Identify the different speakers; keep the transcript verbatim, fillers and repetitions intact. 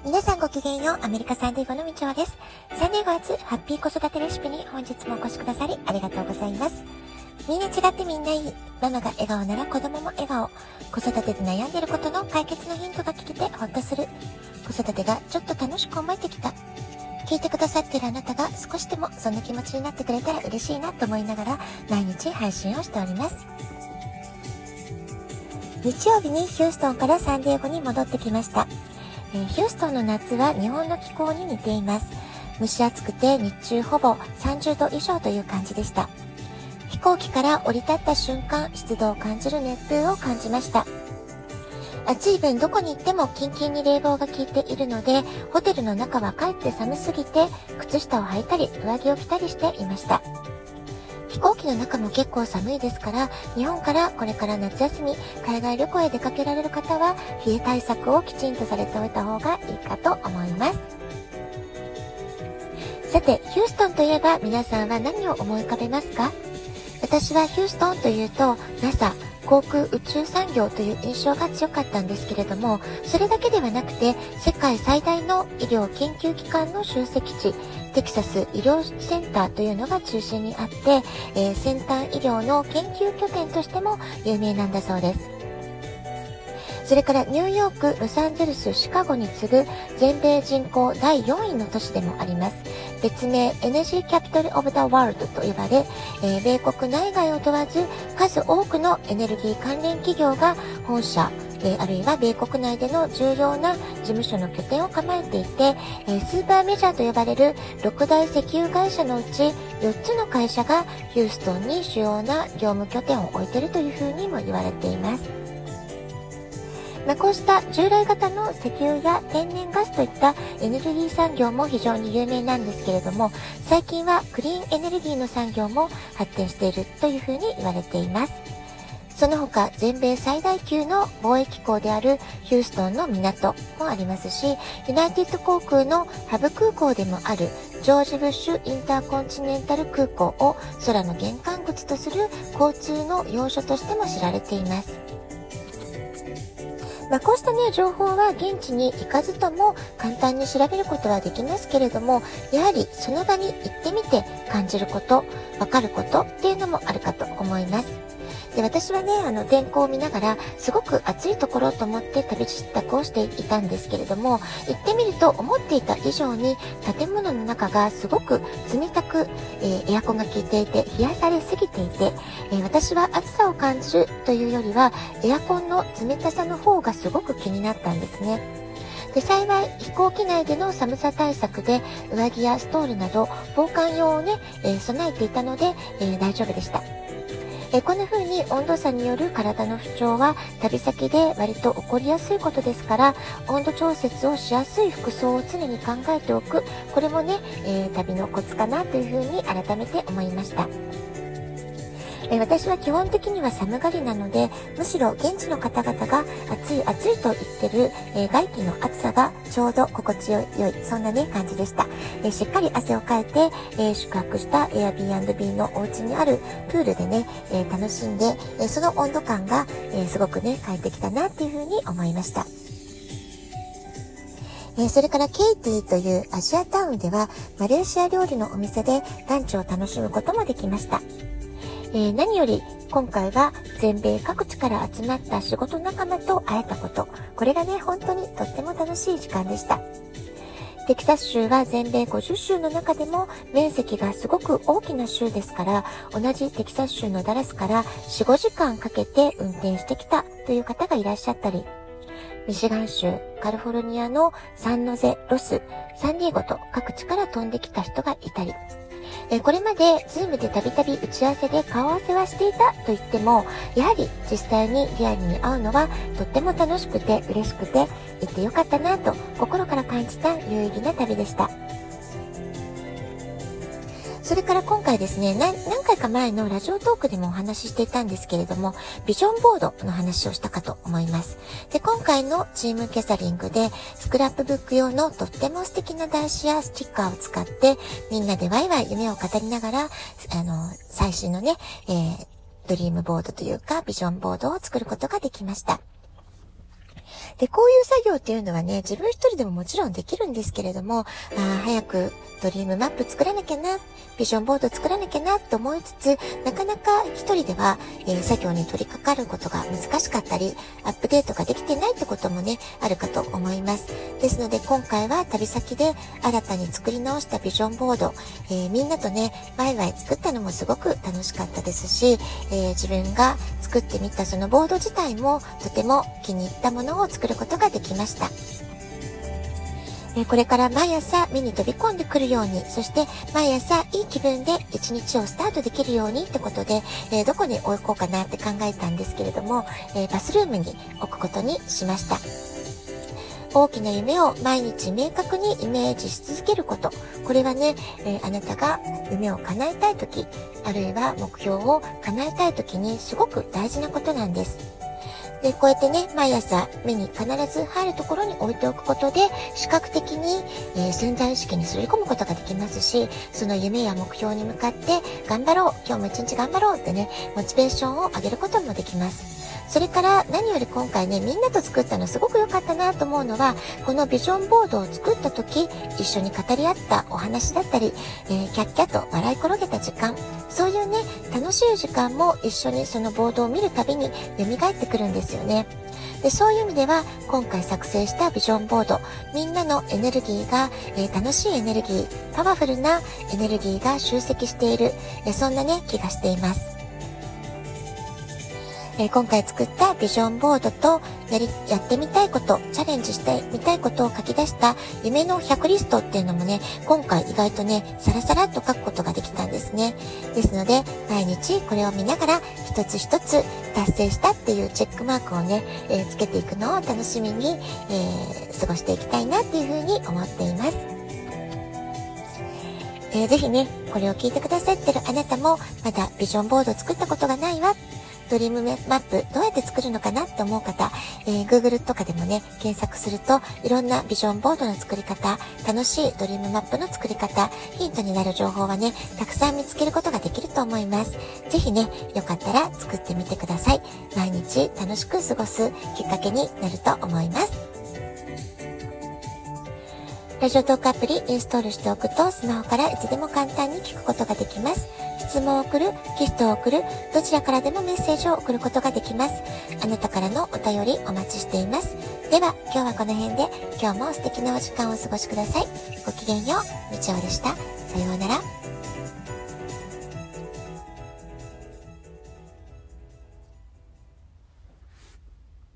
Speaker 1: 皆さんごきげんよう。アメリカサンディエゴのみちおです。サンディエゴ発ハッピー子育てレシピに本日もお越しくださりありがとうございます。みんな違ってみんないい。ママが笑顔なら子供も笑顔。子育てで悩んでいることの解決のヒントが聞けてほっとする。子育てがちょっと楽しく思えてきた。聞いてくださっているあなたが少しでもそんな気持ちになってくれたら嬉しいなと思いながら毎日配信をしております。日曜日にヒューストンからサンディエゴに戻ってきました。えー、ヒューストンの夏は日本の気候に似ています。蒸し暑くて日中ほぼさんじゅうど以上という感じでした。飛行機から降り立った瞬間、湿度を感じる熱風を感じました。暑い分どこに行ってもキンキンに冷房が効いているので、ホテルの中はかえって寒すぎて靴下を履いたり上着を着たりしていました。飛行機の中も結構寒いですから、日本からこれから夏休み海外旅行へ出かけられる方は冷え対策をきちんとされておいた方がいいかと思います。さて、ヒューストンといえば皆さんは何を思い浮かべますか？私はヒューストンというと ナサ 航空宇宙産業という印象が強かったんですけれども、それだけではなくて世界最大の医療研究機関の集積地テキサス医療センターというのが中心にあって、えー、先端医療の研究拠点としても有名なんだそうです。それからニューヨーク、ロサンゼルス、シカゴに次ぐ全米人口だいよんいの都市でもあります。別名 エヌジー キャピタルオブザワールドと呼ばれ、えー、米国内外を問わず数多くのエネルギー関連企業が本社、えー、あるいは米国内での重要な事務所の拠点を構えていて、えー、スーパーメジャーと呼ばれるろく大石油会社のうちよっつの会社がヒューストンに主要な業務拠点を置いているというふうにも言われています。まあ、こうした従来型の石油や天然ガスといったエネルギー産業も非常に有名なんですけれども、最近はクリーンエネルギーの産業も発展しているというふうに言われています。その他、全米最大級の貿易港であるヒューストンの港もありますし、ユナイテッド航空のハブ空港でもあるジョージ・ブッシュ・インターコンチネンタル空港を空の玄関口とする交通の要所としても知られています。まあ、こうしたね、情報は現地に行かずとも簡単に調べることはできますけれども、やはりその場に行ってみて感じること、わかることっていうのもあるかと思います。で、私はね、あの、天候を見ながら、すごく暑いところと思って旅支度をしていたんですけれども、行ってみると思っていた以上に建物の中がすごく冷たく、えー、エアコンが効いていて、冷やされすぎていて、えー、私は暑さを感じるというよりは、エアコンの冷たさの方がすごく気になったんですね。で、幸い飛行機内での寒さ対策で上着やストールなど防寒用をね、えー、備えていたので、えー、大丈夫でした。えこんな風に温度差による体の不調は旅先で割と起こりやすいことですから、温度調節をしやすい服装を常に考えておく、これもね、えー、旅のコツかなという風に改めて思いました。えー、私は基本的には寒がりなので、むしろ現地の方々が暑い暑いと言ってる、えー、外気の暑さがちょうど心地よい、良いそんなね感じでした。えー、しっかり汗をかいて、えー、宿泊した Airbnb のお家にあるプールでね、えー、楽しんで、えー、その温度感が、えー、すごくね快適だなっていうふうに思いました。えー、それからケイティというアジアタウンではマレーシア料理のお店でランチを楽しむこともできました。えー、何より今回は全米各地から集まった仕事仲間と会えたこと、これがね本当にとっても楽しい時間でした。テキサス州は全米ごじゅっ州の中でも面積がすごく大きな州ですから、同じテキサス州のダラスからよん、ごじかんかけて運転してきたという方がいらっしゃったり、ミシガン州、カリフォルニアのサンノゼ、ロス、サンディエゴと各地から飛んできた人がいたり、えー、これまでズームでたびたび打ち合わせで顔合わせはしていたと言っても、やはり実際にリアルに会うのはとっても楽しくて嬉しくて、行ってよかったなと心から感じた有意義な旅でした。それから今回ですね、何, 何回か前のラジオトークでもお話ししていたんですけれども、ビジョンボードの話をしたかと思います。で、今回のチームキャサリングでスクラップブック用のとっても素敵な台紙やスティッカーを使ってみんなでワイワイ夢を語りながら、あの最新のね、えー、ドリームボードというかビジョンボードを作ることができました。 で、こういう作業っていうのはね、自分一人でももちろんできるんですけれども、あ早くドリームマップ作らなきゃな、ビジョンボード作らなきゃなと思いつつ、なかなか一人では、えー、作業に取り掛かることが難しかったり、アップデートができてないってこともね、あるかと思います。ですので今回は旅先で新たに作り直したビジョンボード、えー、みんなとね、ワイワイ作ったのもすごく楽しかったですし、えー、自分が作ってみたそのボード自体もとても気に入ったものを作ることができました。これから毎朝目に飛び込んでくるように、そして毎朝いい気分で一日をスタートできるようにってことで、えー、どこに置こうかなって考えたんですけれども、えー、バスルームに置くことにしました。大きな夢を毎日明確にイメージし続けること。これはね、えー、あなたが夢を叶えたいとき、あるいは目標を叶えたいときにすごく大事なことなんです。で、こうやってね、毎朝目に必ず入るところに置いておくことで、視覚的に、えー、潜在意識にすり込むことができますし、その夢や目標に向かって頑張ろう、今日も一日頑張ろうってね、モチベーションを上げることもできます。それから何より今回ね、みんなと作ったのすごく良かったなと思うのは、このビジョンボードを作った時、一緒に語り合ったお話だったり、えー、キャッキャと笑い転げた時間、そういうね、楽しい時間も一緒にそのボードを見るたびに蘇ってくるんですよね。で、そういう意味では今回作成したビジョンボード、みんなのエネルギーが、えー、楽しいエネルギー、パワフルなエネルギーが集積している、えー、そんなね、気がしています。えー、今回作ったビジョンボードとやり、やってみたいこと、チャレンジしてみたいことを書き出した夢のひゃくリストっていうのもね、今回意外とね、サラサラっと書くことができたんですね。ですので、毎日これを見ながら一つ一つ達成したっていうチェックマークをね、えー、つけていくのを楽しみに、えー、過ごしていきたいなっていうふうに思っています。えー、ぜひね、これを聞いてくださってるあなたも、まだビジョンボードを作ったことがないわ、ドリームマップどうやって作るのかなって思う方、えー、Google とかでもね、検索するといろんなビジョンボードの作り方、楽しいドリームマップの作り方、ヒントになる情報はね、たくさん見つけることができると思います。ぜひね、よかったら作ってみてください。毎日楽しく過ごすきっかけになると思います。ラジオトークアプリインストールしておくとスマホからいつでも簡単に聞くことができます。質問を送る、ギフトを送る、どちらからでもメッセージを送ることができます。あなたからのお便りお待ちしています。では今日はこの辺で、今日も素敵なお時間をお過ごしください。ごきげんよう、みちおでした。さようなら。